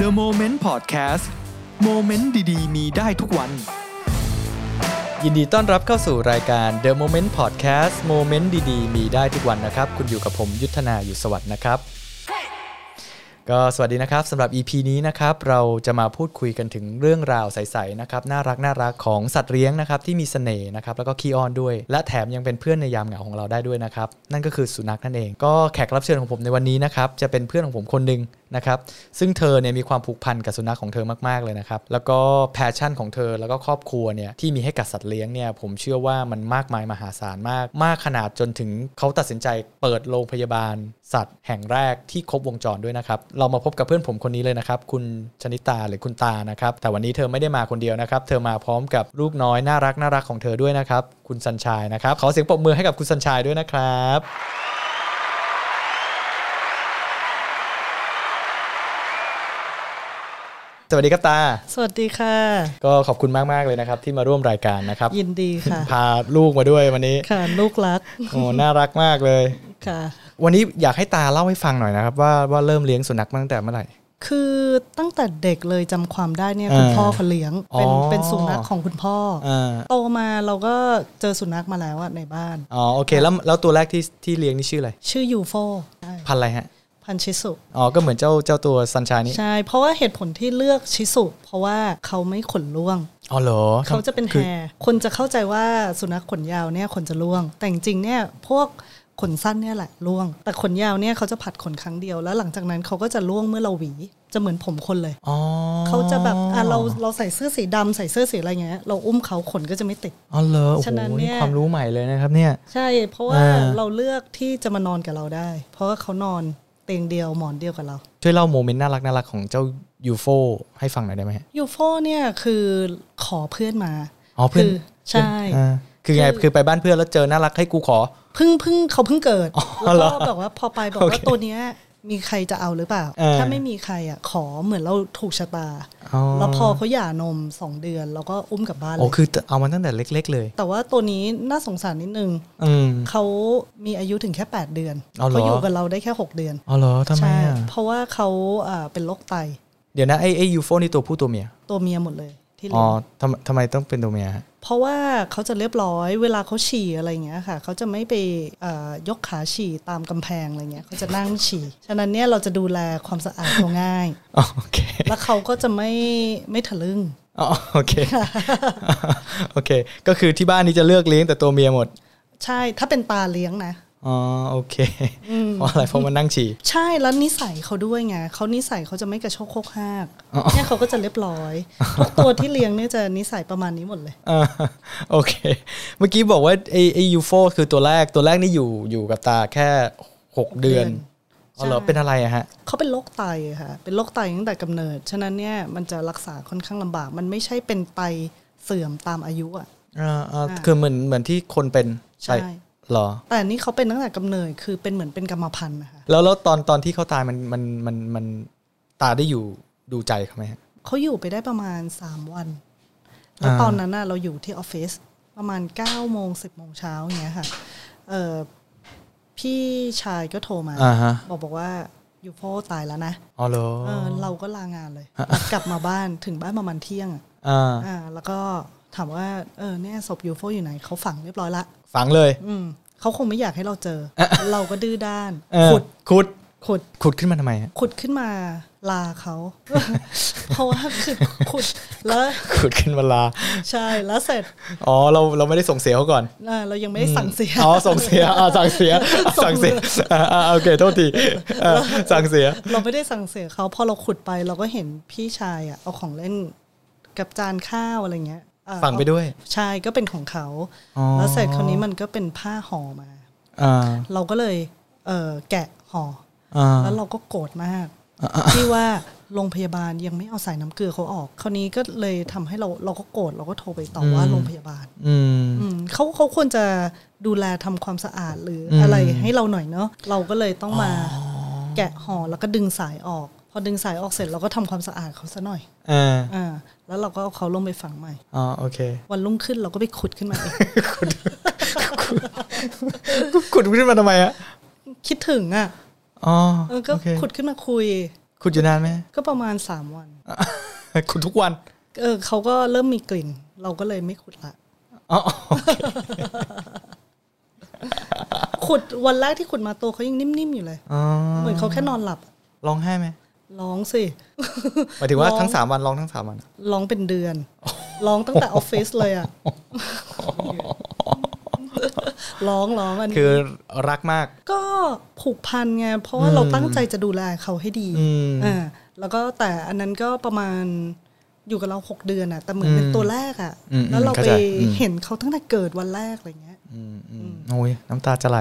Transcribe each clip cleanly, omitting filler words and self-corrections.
The Moment Podcast โมเมนต์ดีๆมีได้ทุกวันยินดีต้อนรับเข้าสู่รายการ The Moment Podcast โมเมนต์ดีๆมีได้ทุกวันนะครับคุณอยู่กับผมยุทธนาอยู่สวัสดิ์นะครับก็สวัสดีนะครับสำหรับ EP นี้นะครับเราจะมาพูดคุยกันถึงเรื่องราวใสๆนะครับน่ารักของสัตว์เลี้ยงนะครับที่มีเสน่ห์นะครับแล้วก็ขี้อ้อนด้วยและแถมยังเป็นเพื่อนในยามเหงาของเราได้ด้วยนะครับนั่นก็คือสุนัขนั่นเองก็แขกรับเชิญของผมในวันนี้นะครับจะเป็นเพื่อนของผมคนนึงนะครับซึ่งเธอเนี่ยมีความผูกพันกับสุนัขของเธอมากๆเลยนะครับแล้วก็แพชชั่นของเธอแล้วก็ครอบครัวเนี่ยที่มีให้กับสัตว์เลี้ยงเนี่ยผมเชื่อว่ามันมากมายมหาศาลมากขนาดจนถึงเขาตัดสินใจเปิดโรงพยาบาลสัตว์แห่งแรกที่ครบวงจรด้วยนะครับเรามาพบกับเพื่อนผมคนนี้เลยนะครับคุณชนิตาหรือคุณตานะครับแต่วันนี้เธอไม่ได้มาคนเดียวนะครับเธอมาพร้อมกับลูกน้อยน่ารักของเธอด้วยนะครับคุณสัญชัยนะครับขอเสียงปรบมือให้กับคุณสัญชัยด้วยนะครับสวัสดีครับตาสวัสดีค่ะก็ขอบคุณมากๆเลยนะครับที่มาร่วมรายการนะครับยินดีค่ะพาลูกมาด้วยวันนี้ค่ะลูกรักโอ้น่ารักมากเลยค่ะวันนี้อยากให้ตาเล่าให้ฟังหน่อยนะครับว่าเริ่มเลี้ยงสุนัขตั้งแต่เมื่อไหร่คือตั้งแต่เด็กเลยจำความได้เนี่ยคุณพ่อเขาเลี้ยงเป็นสุนัขของคุณพ่อโตมาเราก็เจอสุนัขมาแล้วในบ้านอ๋อโอเคแล้วตัวแรกที่เลี้ยงนี่ชื่ออะไรชื่อยูโฟพันธุ์อะไรฮะพันชิสุอ๋อก็เหมือนเจ้าตัวซันชายนี่ใช่เพราะว่าเหตุผลที่เลือกชิสุเพราะว่าเขาไม่ขนร่วงอ๋อเหรอเขาจะเป็นแฮร์คนจะเข้าใจว่าสุนัขขนยาวเนี่ยขนจะร่วงแต่จริงๆเนี่ยพวกขนสั้นเนี่ยแหละร่วงแต่ขนยาวเนี่ยเขาจะผัดขนครั้งเดียวแล้วหลังจากนั้นเขาก็จะร่วงเมื่อเราหวีจะเหมือนผมคนเลยเขาจะแบบเราใส่เสื้อสีดำใส่เสื้อสีอะไรเงี้ยเราอุ้มเขาขนก็จะไม่ติดอ๋อเหรอฉะนั้นเนี่ยความรู้ใหม่เลยนะครับเนี่ยใช่เพราะว่าเราเลือกที่จะมานอนกับเราได้เพราะว่าเขานอนเตียงเดียวหมอนเดียวกับเราช่วยเล่าโมเมนต์น่ารักของเจ้ายูโฟให้ฟังหน่อยได้ไหมยูโฟเนี่ยคือขอเพื่อนมาอ๋อเพื่อนใช่คือไงคือไปบ้านเพื่อนแล้วเจอน่ารักให้กูขอเขาเพิ่งเกิดแล้วก็บอกว่าพอไปบอกว่าตัวเนี้ยมีใครจะเอาหรือเปล่าถ้าไม่มีใครอ่ะขอเหมือนเราถูกชะตาแล้วพอเขาหย่านม2 เดือนเราก็อุ้มกลับบ้านเลยโอ้คือเอามาตั้งแต่เล็กๆเลยแต่ว่าตัวนี้น่าสงสารนิดนึงเขามีอายุถึงแค่8 เดือนเขาอยู่กับเราได้แค่6 เดือนอ๋อเหรอทำไมอ่ะเพราะว่าเขาเป็นโรคไตเดี๋ยวนะไอ้ยูโฟนี่ตัวผู้ตัวเมียหมดเลยที่อ๋อทำไมต้องเป็นตัวเมียเพราะว่าเขาจะเรียบร้อยเวลาเขาฉี่อะไรเงี้ยค่ะเขาจะไม่ไปยกขาฉี่ตามกำแพงอะไรเงี้ยเขาจะนั่งฉี่ฉะนั้นเนี่ยเราจะดูแลความสะอาดเขาง่ายโอเคแล้วเขาก็จะไม่ทะลึ่งโอเคโอเคก็คือที่บ้านนี้จะเลือกเลี้ยงแต่ตัวเมียหมดใช่ถ้าเป็นตาเลี้ยงนะอ๋อโอเคเพราะอะไรเพราะมันนั่งฉี่ใช่แล้วนิสัยเขาด้วยไงเขานิสัยเขาจะไม่กระโชกโคกฮากเนี่ยเขาก็จะเรียบร้อยทุกตัวที่เลี้ยงเนี่ยจะนิสัยประมาณนี้หมดเลยโอเคเมื่อกี้บอกว่าไอ้ยูโฟคือตัวแรกนี่อยู่กับตาแค่6 เดือนอ๋อเหรอเป็นอะไรอะฮะเขาเป็นโรคไตค่ะเป็นโรคไตตั้งแต่กำเนิดฉะนั้นเนี่ยมันจะรักษาค่อนข้างลำบากมันไม่ใช่เป็นไตเสื่อมตามอายุอ่ะคือเหมือนที่คนเป็นใช่หรอแต่นี่เขาเป็นตั้งแต่กำเนิดคือเป็นเหมือนเป็นกรรมพันธุ์นะคะแล้วตอนที่เขาตายมันตาได้อยู่ดูใจเขาไหมเขาอยู่ไปได้ประมาณ3 วันแล้วตอนนั้นน่ะเราอยู่ที่ออฟฟิศประมาณ9 โมง 10 โมงเช้าอย่างเงี้ยค่ะพี่ชายก็โทรมาบอกว่ายูโฟตายแล้วนะอ๋อเหรอเราก็ลางานเลยกลับมาบ้านถึงบ้านประมาณเที่ยงแล้วก็ถามว่าเนี่ยศพยูโฟอยู่ไหนเขาฝังเรียบร้อยละฝังเลยเขาคงไม่อยากให้เราเจอเราก็ดื้อด้านขุดขึ้นมาทำไมขุดขึ้นมาลาเขาเพราะว่าคือขุดแล้วขุดขึ้นมาลาใช่แล้วเสร็จอ๋อเราไม่ได้ส่งเสียเขาก่อนเรายังไม่ได้สั่งเสียส่งเสียสั่งเสียโอเคโทษทีสั่งเสียเราไม่ได้สั่งเสียเขาพอเราขุดไปเราก็เห็นพี่ชายเอาของเล่นกับจานข้าวอะไรเงี้ยฝังไปด้วยใช่ก็เป็นของเขาแล้วเสร็จคราวนี้มันก็เป็นผ้าห่อมาเราก็เลยแกะห่อแล้วเราก็โกรธมากที่ว่าโรงพยาบาลยังไม่เอาสายน้ำเกลือเขาออกคราวนี้ก็เลยทำให้เราก็โกรธเราก็โทรไปต่อว่าโรงพยาบาลเขาควรจะดูแลทำความสะอาดหรืออะไรให้เราหน่อยเนาะเราก็เลยต้องมาแกะห่อแล้วก็ดึงสายออกพอดึงสายออกเสร็จเราก็ทำความสะอาดเขาซะหน่อยแล้วเราก็เอาเขาลงไปฝังใหม่โอเควันรุ่งขึ้นเราก็ไปขุดขึ้นมาเองขุดขึ้นมาทำไมอะคิดถึงก็ขุดขึ้นมาคุยขุดอยู่นานไหมก็ประมาณ3 วันขุดทุกวันเขาก็เริ่มมีกลิ่นเราก็เลยไม่ขุดละขุดวันแรกที่ขุดมาตัวเขายังนิ่มๆอยู่เลยเหมือนเขาแค่นอนหลับร้องไห้ไหมร้องสิหมายถึงว่าทั้ง3 วันร้องทั้ง3 วันร้องเป็นเดือนร้องตั้งแต่ออฟฟิศเลยอ่ะร้องอันนี้คือรักมากก็ผูกพันไงเพราะว่าเราตั้งใจจะดูแลเขาให้ดีแล้วก็แต่อันนั้นก็ประมาณอยู่กับเรา6 เดือนอ่ะแต่เหมือนเป็นตัวแรกอ่ะแล้วเราไปเห็นเขาตั้งแต่เกิดวันแรกอะไรเงี้ยโอ้ยน้ำตาจะไหล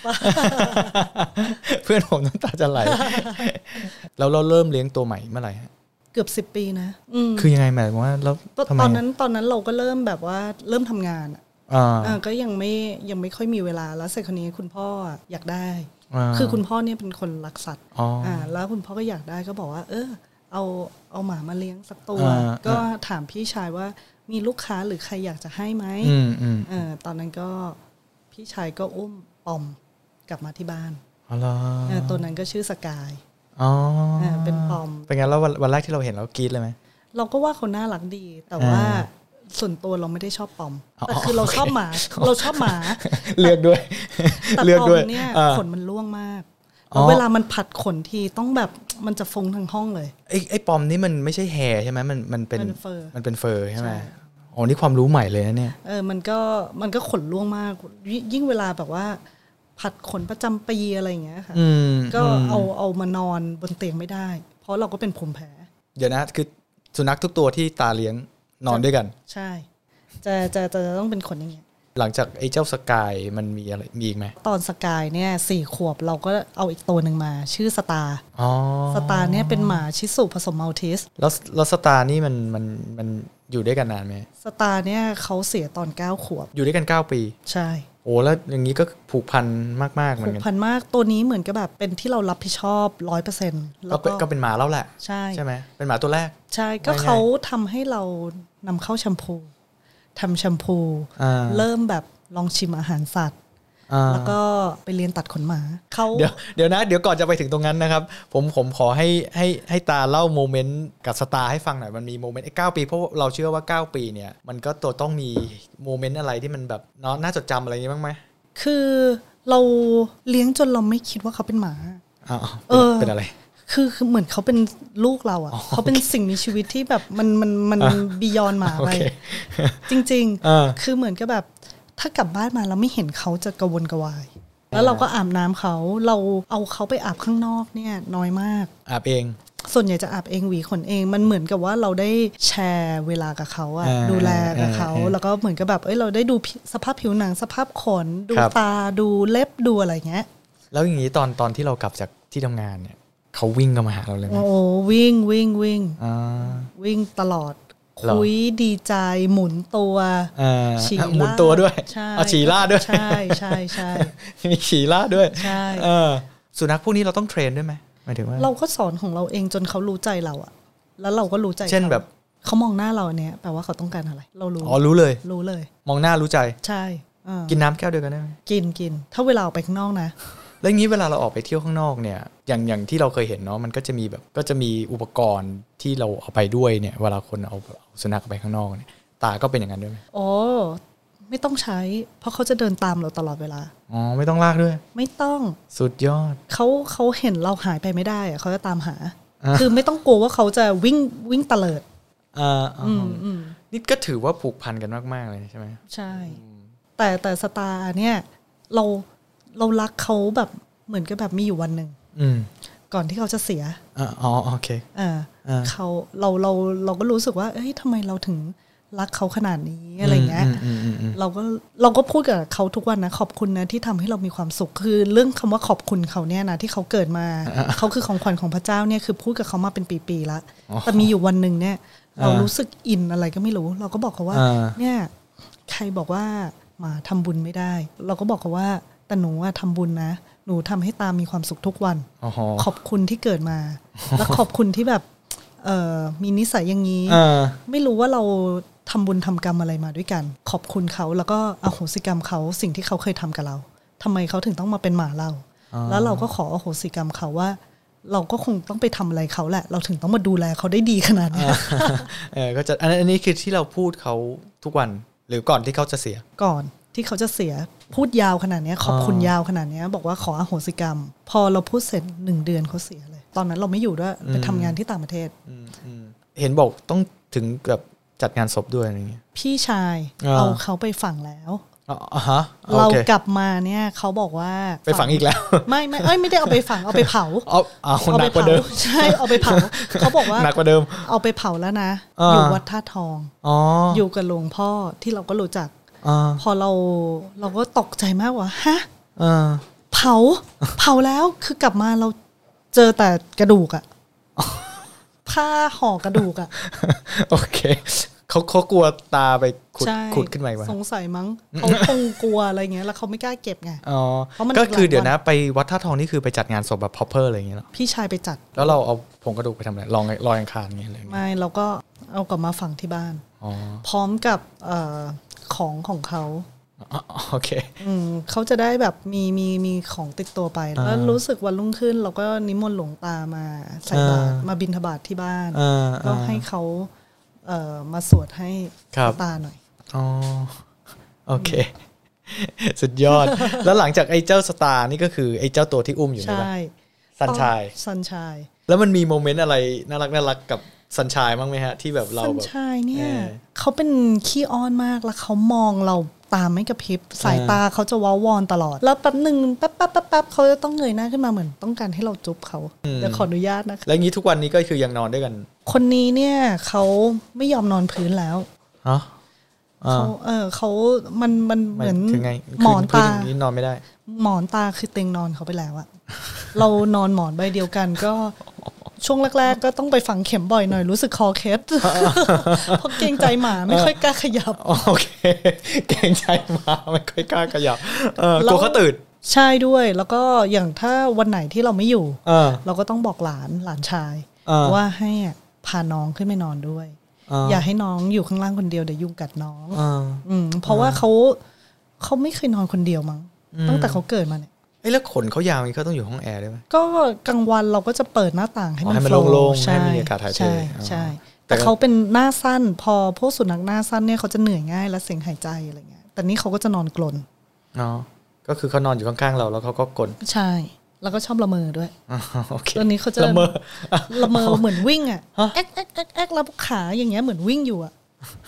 เพื่อนผมน้ำตาจะไหล แล้วเราเริ่มเลี้ยงตัวใหม่เมื่อไหร่ฮะเกือบ10 ปีนะคือยังไงหมายว่าแล้วตอนนั้นเราก็เริ่มแบบว่าเริ่มทำงานก็ยังไม่ค่อยมีเวลาแล้วเสร็จคนนี้คุณพ่ออยากได้คือคุณพ่อเนี่ยเป็นคนรักสัตว์แล้วคุณพ่อก็อยากได้ก็บอกว่าเอาหมามาเลี้ยงสักตัวก็ถามพี่ชายว่ามีลูกค้าหรือใครอยากจะให้ไหมตอนนั้นก็พี่ชายก็อุ้มปอมกลับมาที่บ้านตัวนั้นก็ชื่อสกายเป็นปอมเป็นไงแล้ววันแรกที่เราเห็นเรากรี๊ดเลยไหมเราก็ว่าเขาน่ารักดีแต่ว่าส่วนตัวเราไม่ได้ชอบปอมแต่คือเราชอบหมาเลือกด้วยแต่ปอมเนี่ยขนมันร่วงมากแล้วเวลามันผัดขนทีต้องแบบมันจะฟงทั้งห้องเลยไอ้ปอมนี่มันไม่ใช่แฮร์ใช่ไหมมันเป็นเฟอร์ใช่ไหมอ๋อนี่ความรู้ใหม่เลยนะเนี่ยมันก็ขนร่วงมากยิ่งเวลาแบบว่าผัดขนประจำปีอะไรอย่างเงี้ยค่ะก็เอามานอนบนเตียงไม่ได้เพราะเราก็เป็นภูมิแพ้เดี๋ยวนะคือสุนัขทุกตัวที่ตาเลี้ยงนอนด้วยกันใช่จะต้องเป็นขนอย่างเงี้ยหลังจากไอ้เจ้าสกายมันมีอะไรมีอีกไหมตอนสกายเนี่ย4 ขวบเราก็เอาอีกตัวหนึ่งมาชื่อสตาร์สตาร์เนี่ยเป็นหมาชิสุผสมมัลติสแล้วสตาร์นี่มันอยู่ด้วยกันนานไหมสตาร์เนี่ยเขาเสียตอน9 ขวบอยู่ด้วยกัน9 ปีใช่โอ้แล้วอย่างนี้ก็ผูกพันมากๆเหมือนกันผูกพันมากตัวนี้เหมือนกับแบบเป็นที่เรารับผิดชอบ 100% แล้วก็เป็นหมาแล้วแหละใช่ไหมเป็นหมาตัวแรกใช่ก็เขาทำให้เรานำเข้าแชมพูทำแชมพูเริ่มแบบลองชิมอาหารสัตว์แล้วก็ไปเรียนตัดขนหมาเขาเดี๋ยวนะเดี๋ยวก่อนจะไปถึงตรงนั้นนะครับผมขอให้ตาเล่าโมเมนต์กับสตาร์ให้ฟังหน่อยมันมีโมเมนต์9 ปีเพราะเราเชื่อว่า9 ปีเนี่ยมันก็ต้องมีโมเมนต์อะไรที่มันแบบน่าจดจำอะไรอย่างนี้บ้างไหมคือเราเลี้ยงจนเราไม่คิดว่าเขาเป็นหมาเป็นอะไรคือเหมือนเขาเป็นลูกเราเขาเป็นสิ่งมีชีวิตที่แบบมันบียอนหมาไปจริงๆคือเหมือนกับแบบถ้ากลับบ้านมาเราไม่เห็นเขาจะกระวนกระวายแล้วเราก็อาบน้ำเขาเราเอาเขาไปอาบข้างนอกเนี่ยน้อยมากอาบเองส่วนใหญ่จะอาบเองหวีขนเองมันเหมือนกับว่าเราได้แชร์เวลากับเขาดูแลกับเขาแล้วก็เหมือนกับแบบเราได้ดูสภาพผิวหนังสภาพขนดูตาดูเล็บดูอะไรเงี้ยแล้วอย่างนี้ตอนที่เรากลับจากที่ทำงานเนี่ยเขาวิ่งเข้ามาหาเราเลยไหมโอ้วิ่งตลอดคุยดีใจหมุนตัวฉี่หมุนตัวด้วยฉี่ล่าด้วยใช่มีฉี่ล่าด้วยใช่สุนัขพวกนี้เราต้องเทรนด้วยไหมหมายถึงว่าเราก็สอนของเราเองจนเขารู้ใจเราอะแล้วเราก็รู้ใจเช่นแบบเขามองหน้าเราเนี่ยแปลว่าเขาต้องการอะไรเรารู้รู้เลยมองหน้ารู้ใจใช่กินน้ำแก้วเดียวกันได้ไหมกินถ้าเวลาออกไปข้างนอกนะแล้วอย่างนี้เวลาเราออกไปเที่ยวข้างนอกเนี่ยอย่างที่เราเคยเห็นเนาะมันก็จะมีอุปกรณ์ที่เราเอาไปด้วยเนี่ยเวลาคนเอาสุนัขไปข้างนอกเนี่ยตาก็เป็นอย่างนั้นด้วยไหมอ๋อไม่ต้องใช้เพราะเขาจะเดินตามเราตลอดเวลาอ๋อไม่ต้องลากด้วยไม่ต้องสุดยอดเขาเห็นเราหายไปไม่ได้เขาจะตามหาคือไม่ต้องกลัวว่าเขาจะวิ่งเตลิดนี่ก็ถือว่าผูกพันกันมากๆเลยใช่ไหมใช่แต่สตาร์เนี่ยเรารักเขาแบบเหมือนกับแบบมีอยู่วันหนึ่งก่อนที่เขาจะเสียโอเคเขาเราก็รู้สึกว่าเอ้ยทำไมเราถึงรักเขาขนาดนี้อะไรเงี้ยเราก็พูดกับเขาทุกวันนะขอบคุณนะที่ทำให้เรามีความสุขคือเรื่องคำว่าขอบคุณเขาเนี่ยนะที่เขาเกิดมาเขาคือของขวัญของพระเจ้าเนี่ยคือพูดกับเขามาเป็นปีๆแล้วแต่มีอยู่วันหนึ่งเนี่ยเรารู้สึกอินอะไรก็ไม่รู้เราก็บอกเขาว่าเนี่ยใครบอกว่าหมาทำบุญไม่ได้เราก็บอกเขาว่าแต่หนูทำบุญนะหนูทำให้ตามีความสุขทุกวันขอบคุณที่เกิดมาและขอบคุณที่แบบมีนิสัยอย่างนี้ไม่รู้ว่าเราทำบุญทำกรรมอะไรมาด้วยกันขอบคุณเขาแล้วก็อโหสิกรรมเขาสิ่งที่เขาเคยทำกับเราทำไมเขาถึงต้องมาเป็นหมาเราแล้วเราก็ขออโหสิกรรมเขาว่าเราก็คงต้องไปทำอะไรเขาแหละเราถึงต้องมาดูแลเขาได้ดีขนาดนี้ก็จะอันนี้คือที่เราพูดเขาทุกวันหรือก่อนที่เขาจะเสียก่อนที่เขาจะเสียพูดยาวขนาดนี้ขอบคุณยาวขนาดนี้บอกว่าขออโหสิกรรมพอเราพูดเสร็จ1 เดือนเขาเสียเลยตอนนั้นเราไม่อยู่ด้วยไปทำงานที่ต่างประเทศเห็นบอกต้องถึงกับจัดงานศพด้วยอะไรเงี้ยพี่ชายเอาเขาไปฝังแล้วเรากลับมาเนี่ยเขาบอกว่าไปฝังอีกแล้วไม่ได้เอาไปฝังเอาไปเผาเอาหนักกว่าเดิมใช่เอาไปเผาเขาบอกว่าหนักกว่าเดิมเอาไปเผาแล้วนะอยู่วัดท่าทองอยู่กับหลวงพ่อที่เราก็รู้จักพอเราก็ตกใจมากว่าฮะเผาแล้วคือกลับมาเราเจอแต่กระดูกอะผ้าห่อกระดูกอะโอเคเขากลัวตาไปขุดขึ้นมาสงสัยมั้งเขาคงกลัวอะไรเงี้ยแล้วเขาไม่กล้าเก็บไงก็คือเดี๋ยวนะไปวัดท่าทองนี่คือไปจัดงานศพแบบ proper อะไรอย่างเงี้ยหรอพี่ชายไปจัดแล้วเราเอาผงกระดูกไปทำอะไรลอยอังคารเงี้ยเลยไม่เราก็เอากลับมาฝังที่บ้านพร้อมกับของเขาโอเคเขาจะได้แบบมีของติดตัวไปแล้วรู้สึกวันรุ่งขึ้นเราก็นิมนต์หลวงตามาใส่บาตรมาบิณฑบาตที่บ้านก็ให้เขามาสวดให้ตาหน่อยโอเคสุดยอดแล้วหลังจากไอ้เจ้าสตาร์นี่ก็คือไอ้เจ้าตัวที่อุ้มอยู่ใช่ไหมซันชายแล้วมันมีโมเมนต์อะไรน่ารักกับซันชายบ้างไหมฮะที่แบบเราแบบซันชายเนี่ยเขาเป็นขี้อ้อนมากแล้วเขามองเราตาไม่กระพริบสายตาเขาจะว้าวอนตลอดแล้วแป๊บนึงแป๊บเขาจะต้องเงยหน้าขึ้นมาเหมือนต้องการให้เราจุ๊บเขาเดี๋ยวขออนุญาตนะคะแล้วงี้ทุกวันนี้ก็คือยังนอนด้วยกันคนนี้เนี่ยเขาไม่ยอมนอนพื้นแล้วเขามันเหมือนหมอนตานี้นอนไม่ได้หมอนตาคือเตียงนอนเขาไปแล้วอะเรานอนหมอนใบเดียวกันก็ช่วงแรกๆก็ต้องไปฝังเข็มบ่อยหน่อยรู้สึกคอเคล็ดเพราะเกรงใจหมาไม่ค่อยกล้าขยับโอเคเกรงใจหมาไม่ค่อยกล้าขยับกลัวเขาตื่นใช่ด้วยแล้วก็อย่างถ้าวันไหนที่เราไม่อยู่เราก็ต้องบอกหลานชายว่าให้พาน้องขึ้นไปนอนด้วยอย่าให้น้องอยู่ข้างล่างคนเดียวเดี๋ยวยุงกัดน้องเพราะว่าเขาไม่เคยนอนคนเดียวมั้งตั้งแต่เขาเกิดมาเนี่ยแล้วขนเขายาวนี่เขาต้องอยู่ห้องแอร์ได้ไหมก็กลางวันเราก็จะเปิดหน้าต่างให้มันโล่งๆให้มีอากาศถ่ายเทใช่แต่เขาเป็นหน้าสั้นพอพวกสุนัขหน้าสั้นเนี่ยเขาจะเหนื่อยง่ายและเสียงหายใจอะไรเงี้ยแต่นี่เขาก็จะนอนกลนก็คือเขานอนอยู่ข้างๆเราแล้วเขาก็กลนใช่แล้วก็ชอบละเมอด้วยตอนนี้เขาจะละเมอเหมือนวิ่งอ่ะแอ๊กแล้วขาอย่างเงี้ยเหมือนวิ่งอยู่อ่ะ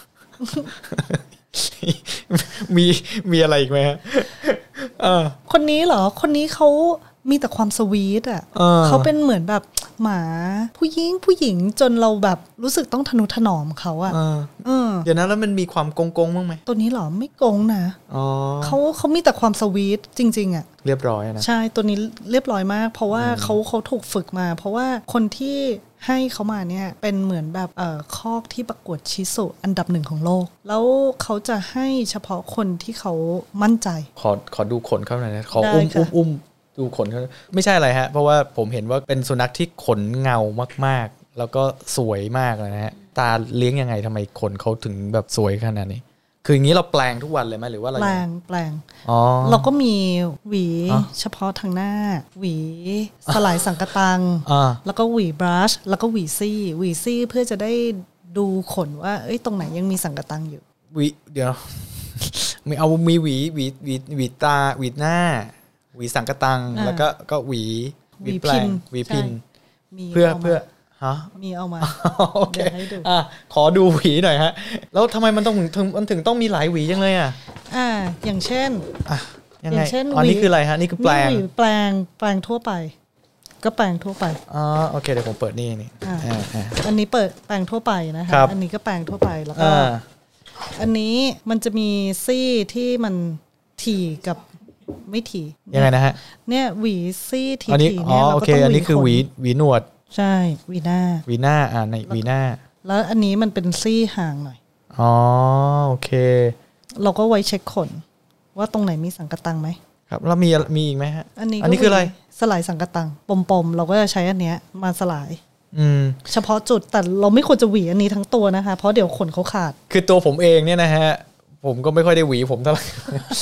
มีอะไรอีกไหมฮะคนนี้เหรอคนนี้เขามีแต่ความสวีทอ่ะเขาเป็นเหมือนแบบหมาผู้หญิงจนเราแบบรู้สึกต้องทนุถนอมเขาอ่ะเดี๋ยวนะแล้วมันมีความโกงบ้างไหมตัวนี้เหรอไม่โกงนะเขามีแต่ความสวีทจริงๆอ่ะเรียบร้อยนะใช่ตัวนี้เรียบร้อยมากเพราะว่าเขาถูกฝึกมาเพราะว่าคนที่ให้เขามาเนี่ยเป็นเหมือนแบบคอกที่ประกวดชิสุอันดับ1ของโลกแล้วเขาจะให้เฉพาะคนที่เขามั่นใจขอดูขนเขาหน่อยนะขออุ้มดูขนเขาไม่ใช่อะไรฮะเพราะว่าผมเห็นว่าเป็นสุนัขที่ขนเงามากๆแล้วก็สวยมากเลยนะฮะตาเลี้ยงยังไงทำไมขนเขาถึงแบบสวยขนาดนี้คืออย่างนี้เราแปลงทุกวันเลยไหมหรือว่าอะไรแปลงเราก็มีหวีเฉพาะทางหน้าหวีสลายสังกะตังแล้วก็หวีบรัชแล้วก็หวีซี่เพื่อจะได้ดูขนว่าตรงไหนยังมีสังกะตังอยู่หวีเดี๋ยวไม่เอามีหวีตาหวีหน้าหวีสังกะตังแล้วก็หวีแปลงหวีพินเพื่อมีเอามาเดี๋ยวให้ดูขอดูหวีหน่อยฮะแล้วทำไมมันถึงต้องมีหลายหวีจังเลยอย่างเช่นอย่างเช่นอันนี้คืออะไรฮะนี่คือแปลงทั่วไปก็แปลงทั่วไปโอเคเดี๋ยวผมเปิดนี่อันนี้เปิดแปลงทั่วไปนะคะอันนี้ก็แปลงทั่วไปแล้วก็อันนี้มันจะมีซี่ที่มันถี่กับไม่ถี่ยังไงนะฮะเนี่ยหวีซี่ถี่เนี่ยเราก็ต้องอันนี้คือหวีหนวดใช่หวีหน้าในหวีหน้าแล้วอันนี้มันเป็นซี่ห่างหน่อยโอเคเราก็ไว้เช็คขนว่าตรงไหนมีสังกะตังไหมครับแล้วมีอีกไหมฮะอันนี้คืออะไรสลายสังกะตังปมเราก็จะใช้อันเนี้ยมาสลายเฉพาะจุดแต่เราไม่ควรจะหวีอันนี้ทั้งตัวนะคะเพราะเดี๋ยวขนเขาขาดคือตัวผมเองเนี่ยนะฮะผมก็ไม่ค่อยได้หวีผมเท่าไหร่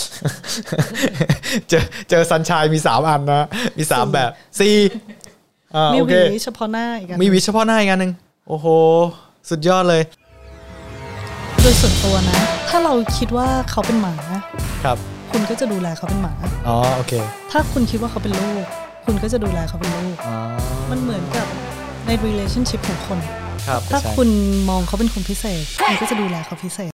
เจอซันชายมี3อันนะมี3แบบ4 มีโอเคหวีเฉพาะหน้าอีกอันมีหวีเฉพาะหน้าอีกอันนึงโอ้โหสุดยอดเลยโดยส่วนตัวนะถ้าเราคิดว่าเขาเป็นหมาครับคุณก็จะดูแลเขาเป็นหมาโอเคถ้าคุณคิดว่าเขาเป็นลูกคุณก็จะดูแลเขาเป็นลูกมันเหมือนกับใน relationship ของคนถ้าคุณมองเขาเป็นคนพิเศษคุณก็จะดูแลเขาพิเศษ